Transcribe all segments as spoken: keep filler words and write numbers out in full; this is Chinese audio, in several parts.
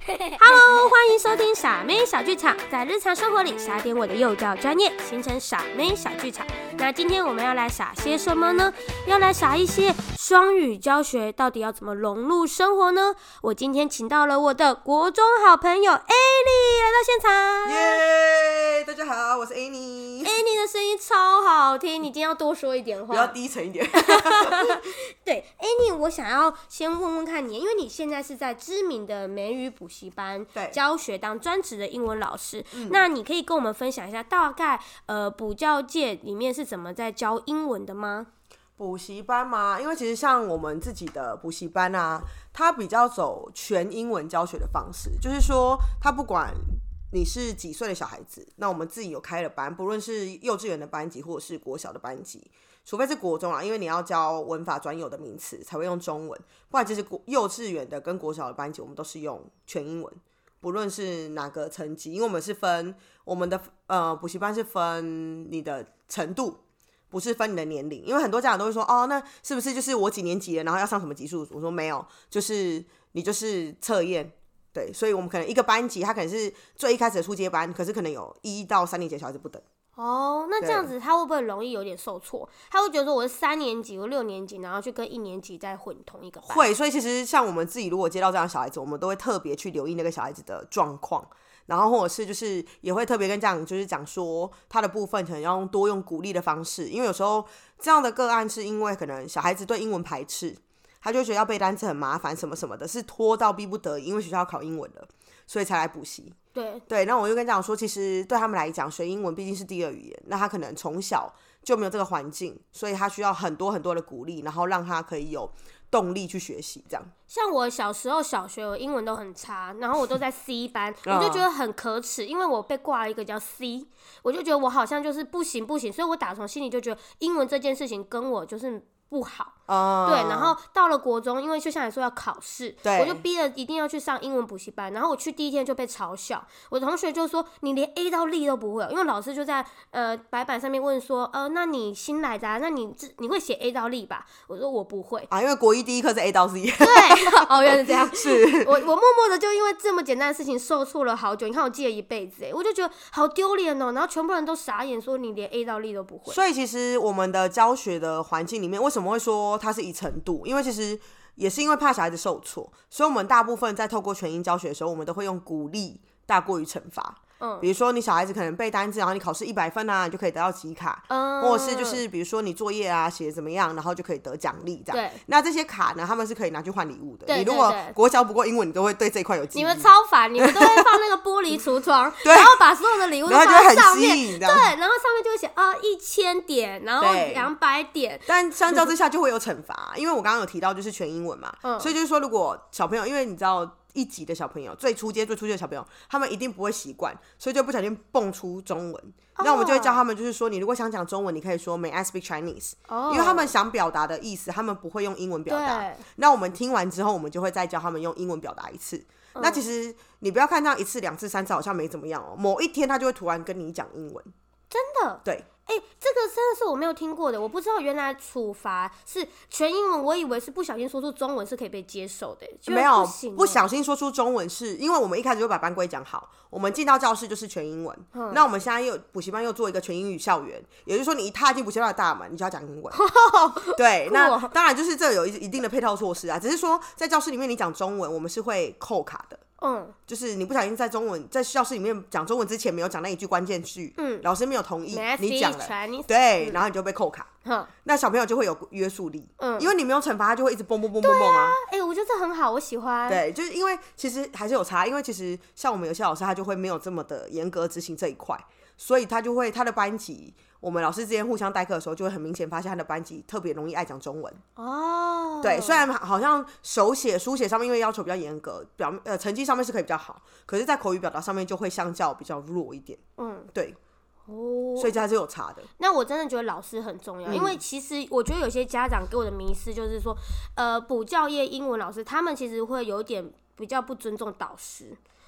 Hello， 欢迎收听傻妹小剧场，在日常生活里傻点我的幼教专业，形成傻妹小剧场。那今天我们要来傻些什么呢？要来傻一些双语教学到底要怎么融入生活呢？我今天请到了我的国中好朋友 Annie 来到现场。 耶、yeah, 大家好，我是 Annie。 Annie 的声音超好听，你今天要多说一点话， 比较低沉一点。 对 Annie， 我想要先问问看你，因为你现在是在知名的美语补习班教学当专职的英文老师、嗯、那你可以跟我们分享一下大概呃补教界里面是怎么在教英文的吗？ 补习班嘛，因为其实像我们自己的补习班啊，它比较走全英文教学的方式，就是说它不管你是几岁的小孩子，那我们自己有开了班，不论是幼稚园的班级或者是国小的班级，除非是国中啊，因为你要教文法专有的名词才会用中文，不然其实幼稚园的跟国小的班级我们都是用全英文，不论是哪个层级，因为我们是分我们的呃补习班是分你的程度，不是分你的年龄，因为很多家长都会说，哦，那是不是就是我几年级了，然后要上什么级数？我说没有，就是你就是测验。对，所以我们可能一个班级，他可能是最一开始的初阶班，可是可能有一到三年级的小孩子不等。 哦，那这样子他会不会容易有点受挫？他会觉得说我是三年级，我六年级，然后去跟一年级再混同一个班。 会，所以其实像我们自己如果接到这样的小孩子，我们都会特别去留意那个小孩子的状况，然后或者是就是也会特别跟家长就是讲说他的部分可能要用多用鼓励的方式，因为有时候这样的个案是因为可能小孩子对英文排斥。他就觉得要背单词很麻烦什么什么的，是拖到逼不得已，因为学校要考英文了，所以才来补习。 对对，那我就跟家长说，其实对他们来讲，学英文毕竟是第二语言，那他可能从小就没有这个环境，所以他需要很多很多的鼓励，然后让他可以有动力去学习。这样， 像我小时候小学，我英文都很差，然后我都在 C 班，我就觉得很可耻，因为我被挂了一个叫 C， 我就觉得我好像就是不行不行，所以我打从心里就觉得英文这件事情跟我就是不好。 Uh, 对，然后到了国中，因为就像你说要考试， 我就逼了一定要去上英文补习班。然后我去第一天就被嘲笑，我同学就说你连 A 到 Z 都不会，因为老师就在呃白板上面问说，呃，那你新来的、啊，那你你会写 A 到 Z 吧？我说我不会啊，因为国一第一课是 A 到 Z。 对，哦，原来是这样。 是我我默默的就因为这么简单的事情受挫了好久。你看我记了一辈子，哎，我就觉得好丢脸哦。然后全部人都傻眼，说你连 A 到 Z 都不会。 所以其实我们的教学的环境里面，为什么会说它是以程度？因为其实也是因为怕小孩子受挫，所以我们大部分在透过全英教学的时候，我们都会用鼓励大过于惩罚。嗯，比如说你小孩子可能背单字，然后你考试一百分啊，你就可以得到集卡，嗯，或者是就是比如说你作业啊写怎么样，然后就可以得奖励这样。对，那这些卡呢，他们是可以拿去换礼物的。对对对，你如果国小不过英文，你都会对这一块有记忆。 你们超烦，你们都会放那个玻璃橱窗，然后把所有的礼物都放在上面，对，然后上面就会写啊一千点，然后两百点。 但相较之下就会有惩罚，因为我刚刚有提到就是全英文嘛，嗯，所以就是说如果小朋友，因为你知道。一级的小朋友，最初阶最初阶的小朋友，他们一定不会习惯，所以就不小心蹦出中文。Oh. 那我们就会教他们，就是说，你如果想讲中文，你可以说 May I speak Chinese？、Oh. 因为他们想表达的意思，他们不会用英文表达。那我们听完之后，我们就会再教他们用英文表达一次。嗯、那其实你不要看这样一次、两次、三次好像没怎么样哦，某一天他就会突然跟你讲英文。 真的？ 对。 哎、欸，这个真的是我没有听过的，我不知道原来处罚是全英文，我以为是不小心说出中文是可以被接受的。 没有，不小心说出中文是因为我们一开始就把班规讲好，我们进到教室就是全英文。嗯、那我们现在又补习班又做一个全英语校园，也就是说你一踏进补习班的大门，你就要讲英文。对，那当然就是这有一定的配套措施啊，只是说在教室里面你讲中文，我们是会扣卡的。嗯，就是你不小心在中文在教室里面讲中文之前没有讲那一句关键句，嗯，老师没有同意，你讲了，对，嗯、然后你就被扣卡，嗯，那小朋友就会有约束力，嗯，因为你没有惩罚他就会一直蹦蹦蹦蹦蹦啊， 哎、欸，我觉得这很好，我喜欢， 对，就是因为其实还是有差，因为其实像我们有些老师他就会没有这么的严格执行这一块，所以他就会他的班级。我们老师之间互相代课的时候，就会很明显发现他的班级特别容易爱讲中文。哦，对，虽然好像手写、书写上面因为要求比较严格，表呃成绩上面是可以比较好，可是，在口语表达上面就会相较比较弱一点。嗯，对。哦，所以这还是有差的。 那我真的觉得老师很重要，嗯、因为其实我觉得有些家长给我的迷思就是说，呃，补教业英文老师他们其实会有点比较不尊重导师。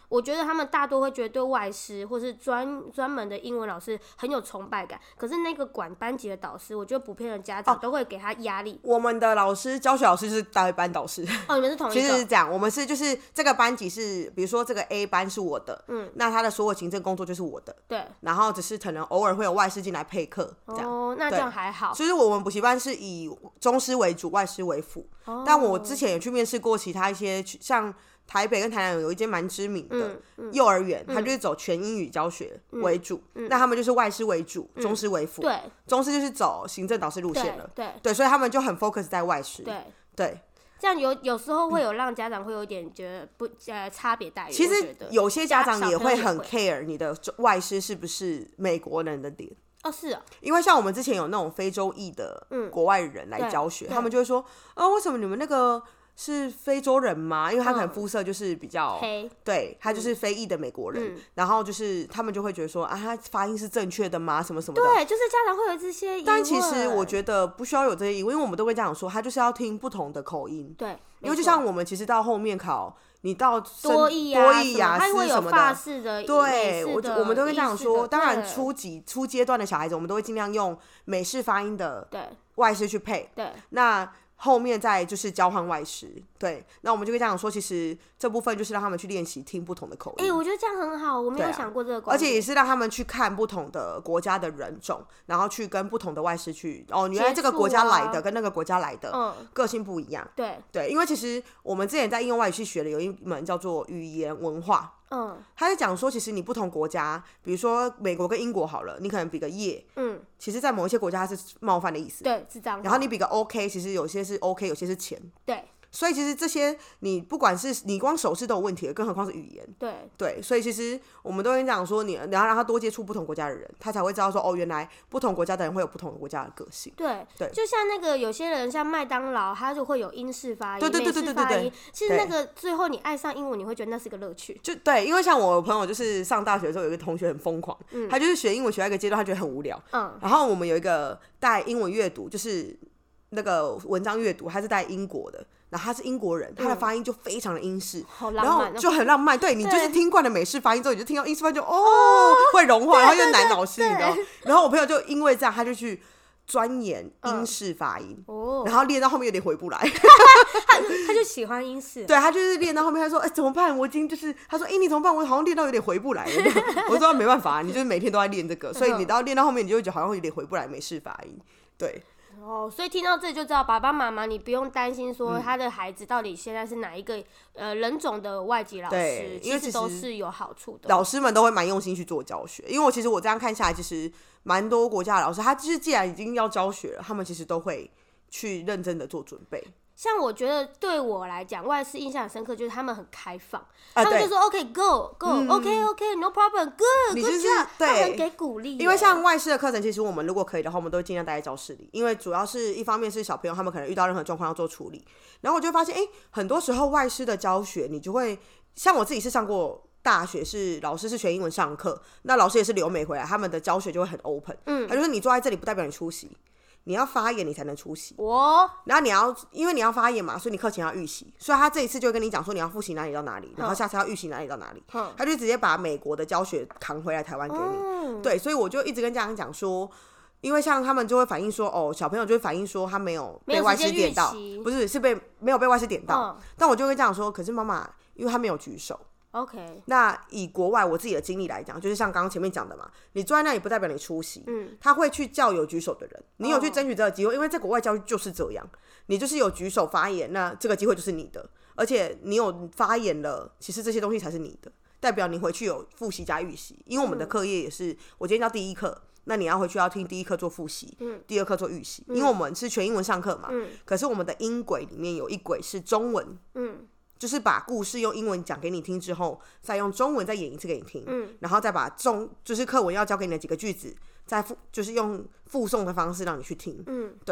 我觉得他们大多会觉得对外师或是专专门的英文老师很有崇拜感，可是那个管班级的导师，我觉得普遍的家长都会给他压力。 我们的老师教学老师就是大学班导师。 哦，你们是同一个？ 其实是这样，我们是就是这个班级是，比如说这个 A 班是我的，嗯，那他的所有行政工作就是我的， 对， 然后只是可能偶尔会有外师进来配课，这样。 哦，那这样还好。 所以我们补习班是以中师为主，外师为辅。哦、但我之前也去面试过其他一些，像台北跟台南有一间蛮知名的幼儿园，嗯嗯、它就是走全英语教学为主，嗯嗯、那他们就是外师为主，中师为辅。对，中师就是走行政导师路线了。 对 对, 对，所以他们就很 focus 在外师。 对对。 这样有有时候会有让家长会有点觉得不呃差别待遇。 其实有些家长也会很 care 你的外师是不是美国人的脸。 哦，是啊， 因为像我们之前有那种非洲裔的国外人来教学，嗯、他们就会说，啊，为什么你们那个是非洲人吗？因为他可能肤色就是比较黑，嗯、对，他就是非裔的美国人，嗯、然后就是他们就会觉得说，啊，他发音是正确的吗？什么什么的。 对，就是家长会有这些疑问。 但其实我觉得不需要有这些疑问，因为我们都会这样说，他就是要听不同的口音。 对， 因为就像我们其实到后面考。你到多益啊、多益雅思什么的，法式的对，我我们都会这样说。当然初级初阶段的小孩子，我们都会尽量用美式发音的外师去配。 对， 那后面再就是交换外师。对，那我们就会这样说，其实这部分就是让他们去练习听不同的口音。 哎、欸，我觉得这样很好，我没有想过这个观点、 啊。而且也是让他们去看不同的国家的人种，然后去跟不同的外师去哦，原来这个国家来的跟那个国家来的、啊、个性不一样。 对对，因为其实我们之前在应用外语系学的有一门叫做语言文化。嗯，他在讲说，其实你不同国家，比如说美国跟英国好了，你可能比个耶，嗯，其实在某一些国家它是冒犯的意思， 对，是这样。 然后你比个 OK， 其实有些是 OK， 有些是钱， 对。 所以其实这些你不管是你光手势都有问题了，更何况是语言。 对对，所以其实我们都会讲说你，你要让他多接触不同国家的人，他才会知道说哦，原来不同国家的人会有不同的国家的个性。 对对， 就像那个有些人像麦当劳，他就会有英式发音、 对对对对对对对。 其实那个最后你爱上英文，你会觉得那是个乐趣。 就对，因为像我朋友就是上大学的时候，有一个同学很疯狂、嗯，他就是学英文学到一个阶段，他觉得很无聊。嗯。然后我们有一个带英文阅读，就是那个文章阅读，他是带英国的。然后他是英国人，他的发音就非常的英式， 嗯、然后就很浪漫。对，你就是听惯了美式发音之后，你就听到英式发音就哦会融化，然后又难老师，你知道。然后我朋友就因为这样，他就去钻研英式发音，嗯、然后练到后面有点回不来。 他他就喜欢英式， 对他就是练到后面，他说：“哎、欸，怎么办？我已经就是他说，哎、欸，你怎么办？我好像练到有点回不来了。”我说：“没办法，你就是每天都在练这个，所以你到练到后面，你就会觉得好像有点回不来美式发音。”对。 哦，所以听到这就知道，爸爸妈妈你不用担心说他的孩子到底现在是哪一个、嗯、呃人种的外籍老师， 因为其实都是有好处的。 老师们都会蛮用心去做教学，因为我其实我这样看下来，其实蛮多国家的老师，他就是既然已经要教学了，他们其实都会去认真的做准备。 像我觉得对我来讲，外师印象很深刻，就是他们很开放，啊、他们就说 OK go go、嗯、OK OK no problem good 你、就是、 good job， 对， 他很给鼓励。 因为像外师的课程，其实我们如果可以的话，我们都会尽量待在教室里，因为主要是一方面是小朋友他们可能遇到任何状况要做处理，然后我就会发现，哎、欸，很多时候外师的教学，你就会像我自己是上过。大学是老师是学英文上课，那老师也是留美回来，他们的教学就会很 open， 嗯，他就说你坐在这里不代表你出席，你要发言你才能出席。 哦， 然后你要因为你要发言嘛，所以你课前要预习，所以他这一次就会跟你讲说你要复习哪里到哪里，然后下次要预习哪里到哪里，嗯、他就直接把美国的教学扛回来台湾给你、嗯。对，所以我就一直跟家长讲说，因为像他们就会反映说，哦，小朋友就会反映说他没有被外师点到，不是是被没有被外师点到，嗯、但我就会这样说，可是妈妈因为他没有举手。 OK， 那以国外我自己的经历来讲，就是像刚刚前面讲的嘛，你坐在那里不代表你出席，嗯，他会去叫有举手的人，你有去争取这个机会，哦、因为在国外教育就是这样，你就是有举手发言，那这个机会就是你的，而且你有发言了，其实这些东西才是你的，代表你回去有复习加预习，因为我们的课业也是，我今天教第一课，那你要回去要听第一课做复习，嗯，第二课做预习，因为我们是全英文上课嘛，嗯，可是我们的音轨里面有一轨是中文，嗯。就是把故事用英文讲给你听之后，再用中文再演一次给你听，嗯，然后再把中就是课文要教给你的几个句子，再复就是用复诵的方式让你去听，嗯，对。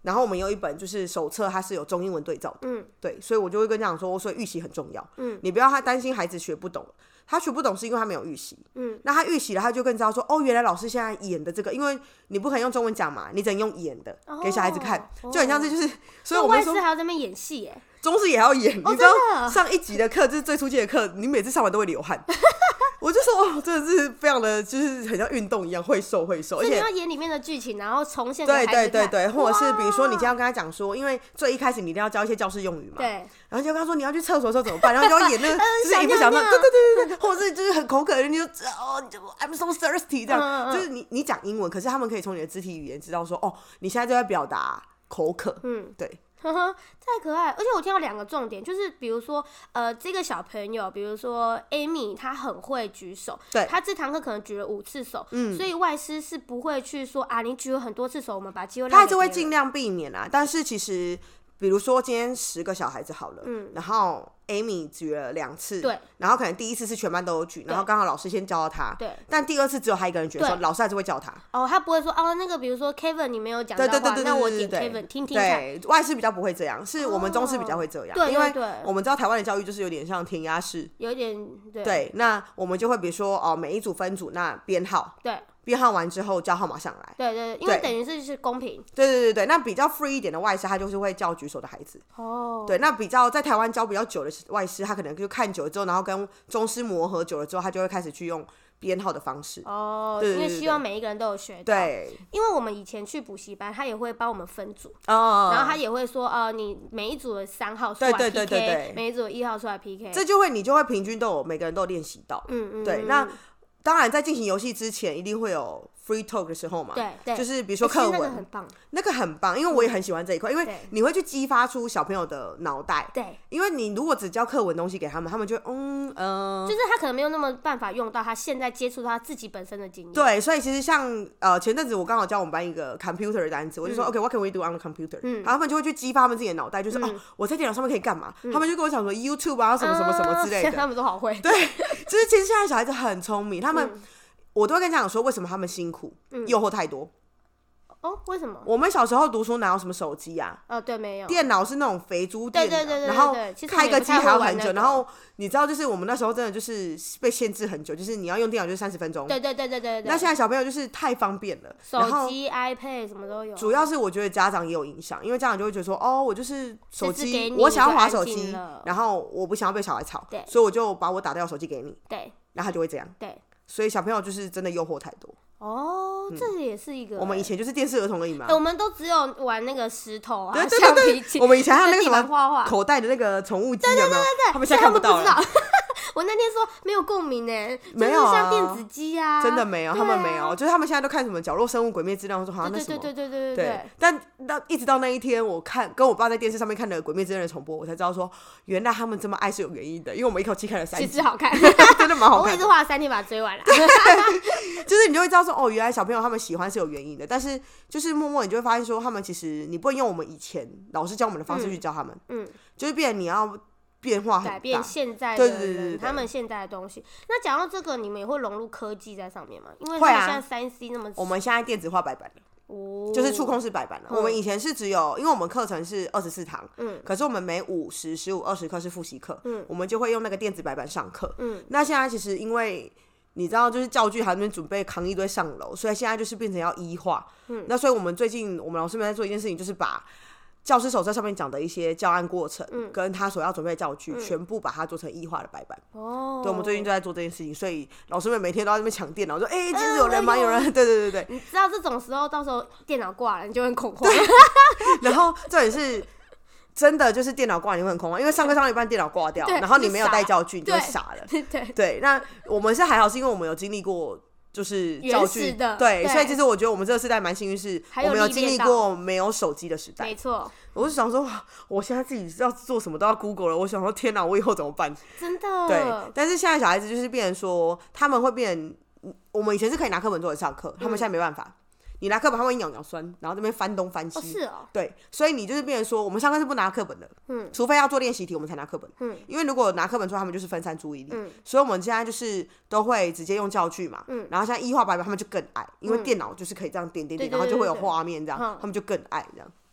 然后我们有一本就是手册，它是有中英文对照的，嗯，对，所以我就会跟家长说，所以预习很重要，嗯，你不要他担心孩子学不懂，他学不懂是因为他没有预习，嗯，那他预习了，他就更知道说，哦，原来老师现在演的这个，因为你不可能用中文讲嘛，你只能用演的、哦、给小孩子看，就很像这就是，所以我们说外师还要在那边演戏耶， 中师也要演，哦、你知道上一集的课就是最初级的课，你每次上完都会流汗。我就说哦，真的是非常的，就是很像运动一样，会瘦会瘦，而且你要演里面的剧情，然后重现给孩子看。 对对对对，或者是比如说你今天要跟他讲说，因为最一开始你一定要教一些教室用语嘛， 对， 然后就跟他说你要去厕所的时候怎么办，然后就要演那个就是一不小心，对对对对，或者是就是很口渴的人，你就哦 ，I'm so thirsty 这样，嗯嗯嗯就是你你讲英文，可是他们可以从你的肢体语言知道说，哦，你现在就在表达口渴，嗯，对。 呵呵，太可爱！而且我听到两个重点，就是比如说，呃，这个小朋友，比如说 Amy， 她很会举手， 对， 她这堂课可能举了五次手，嗯，所以外师是不会去说啊，你举了很多次手，我们把机会让给别人， 他就会尽量避免啊。但是其实，比如说今天十个小孩子好了，嗯，然后 Amy 举了两次， 对， 然后可能第一次是全班都有举，然后刚好老师先教到他， 对， 但第二次只有他一个人举的时候，老师还是会叫他。 哦，他不会说哦，那个比如说 Kevin 你没有讲到话，对对对对对那我点 Kevin 听听看。 对，外师比较不会这样，是我们中师比较会这样， 哦、对对对，因为我们知道台湾的教育就是有点像填鸭式， 有点对。 对，那我们就会比如说哦，每一组分组，那编号， 对。 编号完之后叫号码上来， 对对对，因为等于是是公平。 对对对对，那比较 free 一点的外师，他就是会叫举手的孩子。哦，对，那比较在台湾教比较久的外师，他可能就看久了之后，然后跟中师磨合久了之后，他就会开始去用编号的方式。 哦，对对对对，因为希望每一个人都有学到。 对， 因为我们以前去补习班，他也会帮我们分组，哦，然后他也会说，呃，你每一组的三号出来 P K， 对对对对对，每一组的一号出来 P K， 这就会你就会平均都有每个人都有练习到。嗯嗯，对，那当然在进行游戏之前，一定会有free talk 的时候嘛， 对对， 就是比如说课文， 那个很棒， 那个很棒，因为我也很喜欢这一块，因为你会去激发出小朋友的脑袋， 对， 因为你如果只教课文东西给他们，他们就嗯呃， 就是他可能没有那么办法用到他现在接触到他自己本身的经验， 对，所以其实像呃前阵子我刚好教我们班一个 computer 的单词，我就说、嗯、OK what can we do on the computer，嗯，然后他们就会去激发他们自己的脑袋，就是、嗯、哦我在电脑上面可以干嘛、嗯，他们就跟我讲说 YouTube 啊什么什么什么之类的， 嗯、他们都好会， 对，就是其实现在小孩子很聪明，他们。嗯我都会跟家长说，为什么他们辛苦，诱惑太多。 哦，为什么？ 我们小时候读书哪有什么手机啊？ 哦，对，没有。 电脑是那种肥猪电脑， 对对对对对， 然后开个机还要很久、 那個， 然后你知道，就是我们那时候真的就是被限制很久，就是你要用电脑就是三十分钟。 对对对对对对。 那现在小朋友就是太方便了， 手机、iPad 什么都有。 主要是我觉得家长也有影响，因为家长就会觉得说，哦，我就是手机，我想要滑手机，然后我不想要被小孩吵，所以我就把我打掉手机给你。 对。 然后他就会这样。 对。 所以小朋友就是真的诱惑太多。 哦，这也是一个、欸。 我们以前就是电视儿童而已嘛、 欸。我们都只有玩那个石头啊， 对对对对， 橡皮我们以前还有那个什么画画口袋的那个宠物机， 有没有？ 对对对对， 他们现在看不到了。 我那天说没有共鸣呢， 没有、啊， 就是像电子鸡啊， 真的没有，他们没有，就是他们现在都看什么角落生物、鬼灭之刃，说好像那什么， 对对对对对对对。 但到一直到那一天，我看跟我爸在电视上面看的《鬼灭之刃》的重播，我才知道说，原来他们这么爱是有原因的，因为我们一口气看了三集， 其实好看， 真的蛮好看的。 我也是花了三天把它追完了。 就是你就会知道说，哦，原来小朋友他们喜欢是有原因的，但是就是默默你就会发现说，他们其实你不能用我们以前老师教我们的方式去教他们，嗯，就是变成你要。变化很大， 改变现在的对对对对对他们现在的东西。那讲到这个，你们也会融入科技在上面吗？因为他们现在三 C 那么、啊， 我们现在电子化白板了，哦，就是触控式白板了、嗯。我们以前是只有，因为我们课程是二十四堂，嗯，可是我们每五十、十五、二十课是复习课，嗯，我们就会用那个电子白板上课，嗯。那现在其实因为你知道，就是教具还没准备扛一堆上楼，所以现在就是变成要一化，嗯。那所以我们最近我们老师们在做一件事情，就是把教师手册上面讲的一些教案过程，嗯、跟他所要准备的教具、嗯，全部把它做成异化的白板。哦，对，我们最近就在做这件事情，所以老师们每天都在那边抢电脑，说：“哎、欸，其实有人吗？有人？”对对对对。 你知道这种时候，到时候电脑挂了，你就很恐慌。 然后这也是真的，就是电脑挂你会很恐慌，因为上课上到一半电脑挂掉，然后你没有带教具，你就傻了。 对对对，那我们是还好，是因为我们有经历过。就是教具的， 对，所以其实我觉得我们这个时代蛮幸运，是我们有经历过没有手机的时代。 没错， 我就想说，我现在自己要做什么都要 Google 了。我想说，天哪，我以后怎么办？ 真的。 对，但是现在小孩子就是变成说，他们会变。我们以前是可以拿课本作为上课，他们现在没办法。你拿课本，他会咬咬酸，然后这边翻东翻西。 哦，是哦。 对，所以你就是变成说，我们上课是不拿课本的，嗯，除非要做练习题，我们才拿课本，嗯，因为如果拿课本出来，他们就是分散注意力，嗯，所以我们现在就是都会直接用教具嘛，嗯，然后像一化白板，他们就更爱，因为电脑就是可以这样点点点，然后就会有画面这样，他们就更爱这样。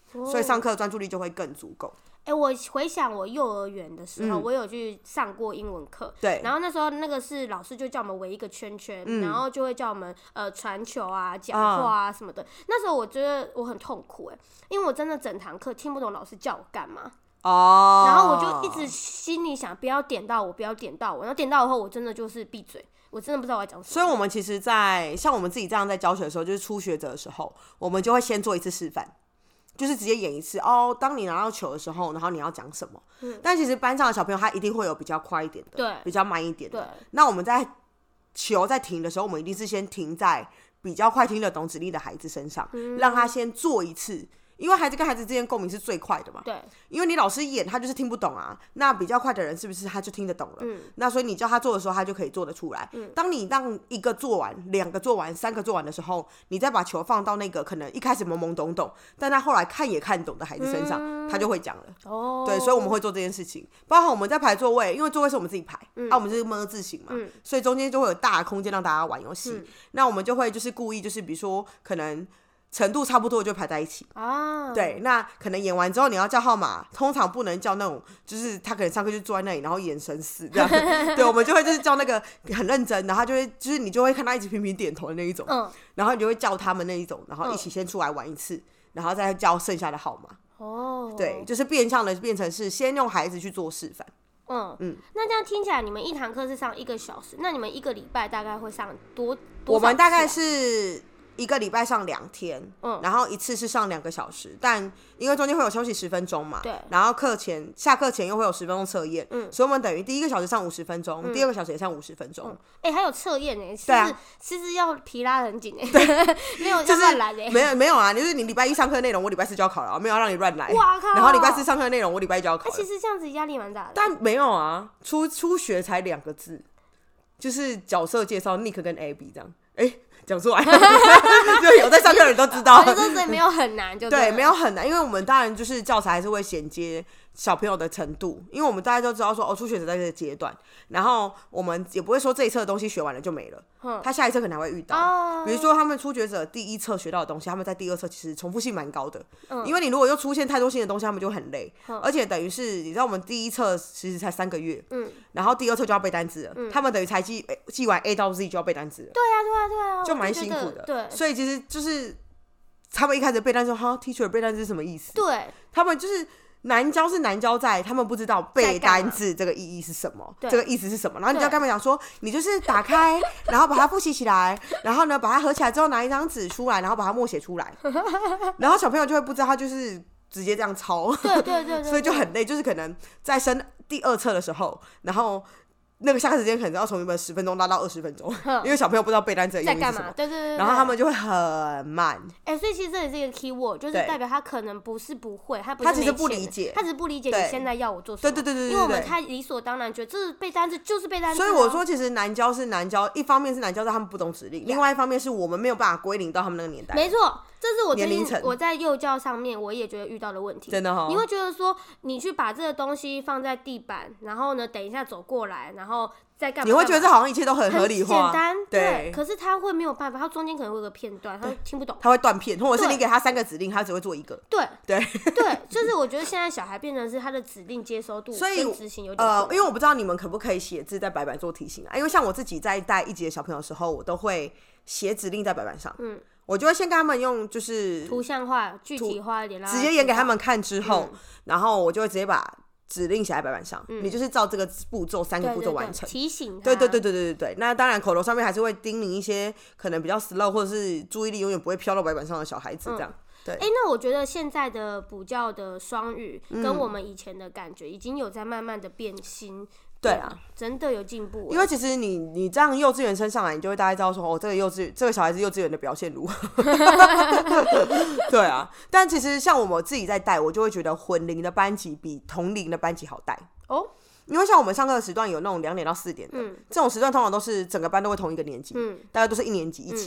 哦、所以上课专注力就会更足够。 哎、欸，我回想我幼儿园的时候、嗯，我有去上过英文课， 对， 然后那时候那个是老师就叫我们围一个圈圈，嗯、然后就会叫我们呃传球啊、讲话啊什么的、哦。那时候我觉得我很痛苦哎、欸，因为我真的整堂课听不懂老师叫我干嘛。哦，然后我就一直心里想，不要点到我，不要点到我。然后点到以后，我真的就是闭嘴，我真的不知道我要讲什么。 所以，我们其实在，在像我们自己这样在教学的时候，就是初学者的时候，我们就会先做一次示范，就是直接演一次哦。当你拿到球的时候，然后你要讲什么、嗯？但其实班上的小朋友他一定会有比较快一点的， 对， 比较慢一点的。 对。 那我们在球在停的时候，我们一定是先停在比较快听得懂指令的孩子身上，嗯、让他先做一次。因为孩子跟孩子之间共鸣是最快的嘛， 对， 因为你老师演他就是听不懂啊，那比较快的人是不是他就听得懂了？嗯，那所以你叫他做的时候，他就可以做得出来。嗯，当你让一个做完、两个做完、三个做完的时候，你再把球放到那个可能一开始懵懵懂懂，但他后来看也看懂的孩子身上，嗯、他就会讲了。哦，对，所以我们会做这件事情，包含我们在排座位，因为座位是我们自己排，嗯、啊，我们是么字形嘛，嗯、所以中间就会有大的空间让大家玩游戏、嗯。那我们就会就是故意就是比如说可能。程度差不多就排在一起啊，对，那可能演完之后你要叫号码，通常不能叫那种，就是他可能上课就坐在那里，然后眼神死这样，对，我们就会就是叫那个很认真，然后他就会就是你就会看他一直频频点头的那一种，嗯，然后你就会叫他们那一种，然后一起先出来玩一次，嗯、然后再叫剩下的号码，哦，对，就是变相的变成是先用孩子去做示范。 嗯嗯，那这样听起来，你们一堂课是上一个小时，那你们一个礼拜大概会上多多少次啊？ 我们大概是。一个礼拜上两天，嗯，然后一次是上两个小时，但因为中间会有休息十分钟嘛， 对， 然后课前下课前又会有十分钟测验，嗯，所以我们等于第一个小时上五十分钟、嗯，第二个小时也上五十分钟， 哎、嗯欸，还有测验呢， 对啊， 其实要皮拉得很紧哎，对，没有要乱来的， 没有没有啊，就是你礼拜一上课内容，我礼拜四就要考了，没有要让你乱来， 哇靠， 然后礼拜四上课内容，我礼拜一就要考了， 欸、其实这样子压力蛮大的， 但没有啊，初初学才两个字，就是角色介绍 Nick 跟 Abby 这样，哎、欸。讲出来，就有在上课的人都知道。 所以没有很难就对， 对，没有很难，因为我们当然就是教材还是会衔接小朋友的程度，因为我们大家都知道说哦，初学者在这个阶段，然后我们也不会说这一册的东西学完了就没了，嗯、他下一册可能还会遇到、哦。比如说他们初学者第一册学到的东西，他们在第二册其实重复性蛮高的、嗯，因为你如果又出现太多新的东西，他们就很累，嗯、而且等于是你知道我们第一册其实才三个月，嗯，然后第二册就要背单字了、嗯，他们等于才记记完 A 到 Z 就要背单字了， 对啊对啊对啊， 就蛮辛苦的， 对， 所以其实就是他们一开始背单词，哈 ，teacher 背单词是什么意思？ 对， 他们就是难教是难教在他们不知道背单字这个意义是什么，这个意思是什么，然后你就要跟他们讲说，你就是打开，然后把它复习起来，然后呢把它合起来之后拿一张纸出来，然后把它默写出来，然后小朋友就会不知道他就是直接这样抄， 对对 对, 对, 对， 所以就很累，就是可能在升第二册的时候，然后。那个下课时间可能要从原本十分钟拉到二十分钟，因为小朋友不知道背单词的用意是什么，在干嘛？ 对对 对, 对， 然后他们就会很慢。 哎、欸，所以其实这也是一个 key word， 就是代表他可能不是不会，他不是他只是不理解， 他只是不理解你现在要我做什么。 对对对对对， 因为我们太理所当然觉得这是背单词就是背单词、啊。 所以我说，其实难教是难教，一方面是难教在他们不懂指令，另外一方面是我们没有办法归零到他们那个年代。 没错。这是我最近我在幼教上面我也觉得遇到的问题， 真的、哦、 你会觉得说你去把这个东西放在地板，然后呢等一下走过来，然后再干嘛？ 你会觉得这好像一切都很合理化， 很简单， 对, 对。可是他会没有办法，他中间可能会有个片段，他会听不懂， 他会断片，或者是你给他三个指令，他只会做一个。 对对对，就是我觉得现在小孩变成是他的指令接收度跟执行有点呃，因为我不知道你们可不可以写字在白板做提醒啊？因为像我自己在带一级的小朋友的时候，我都会写指令在白板上，嗯。我就会先跟他们用就是图像化、具体化一点， 直接演给他们看之后、嗯，然后我就会直接把指令写在白板上、嗯，你就是照这个步骤三个步骤完成， 对对对，提醒他。 对对对对对对对。那当然口头上面还是会叮咛一些可能比较 slow 或者是注意力永远不会飘到白板上的小孩子这样。嗯对， 哎、欸，那我觉得现在的补教的双语跟我们以前的感觉已经有在慢慢的变新。 对啊， 真的有进步。 因为其实你你这样幼稚园升上来，你就会大概知道说，哦，这个幼稚这个小孩子幼稚园的表现如何。对啊，但其实像我们自己在带，我就会觉得混龄的班级比同龄的班级好带哦。因为像我们上课的时段有那种两点到四点的、嗯，这种时段通常都是整个班都会同一个年级，嗯，大概都是一年级一起。嗯，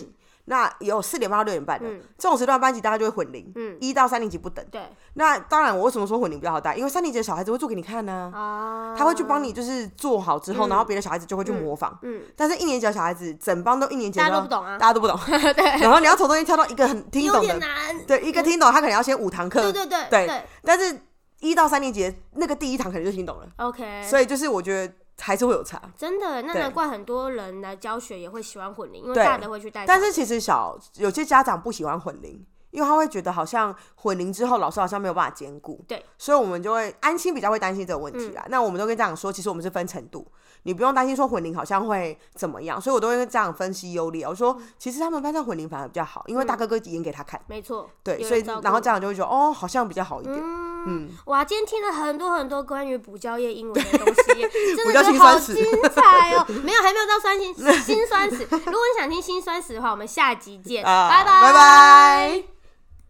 那有四点半到六点半的、 嗯、 这种时段班级大概就会混龄，嗯，一到三年级不等。 对， 那当然我为什么说混龄比较好带？因为三年级的小孩子会做给你看呢、啊，啊，他会去帮你就是做好之后，嗯、然后别的小孩子就会去模仿，嗯，嗯但是一年级的小孩子整帮都一年级， 大家都不懂啊， 大家都不懂，对，然后你要从中间挑到一个很听懂的，有点难，对，一个听懂，他可能要先五堂课， 对对对对， 对但是一到三年级的那个第一堂可能就听懂了 ，OK， 所以就是我觉得。还是会有差， 真的，那难怪很多人来教学也会喜欢混龄，因为大的会去带。 但是其实小有些家长不喜欢混龄，因为他会觉得好像混龄之后老师好像没有办法兼顾， 对， 所以我们就会安心比较会担心这个问题啦。嗯、那我们都跟家长说，其实我们是分程度，你不用担心说混龄好像会怎么样，所以我都会跟家长分析优劣。我说其实他们班上混龄反而比较好，因为大哥哥演给他看， 没错， 对，所以然后家长就会觉得哦，好像比较好一点。嗯嗯，哇，今天听了很多很多关于补教业英文的东西，真的觉得好精彩哦！没有，还没有到酸辛辛酸史。如果你想听辛酸史的话，我们下集见， 啊、 拜拜， 拜拜。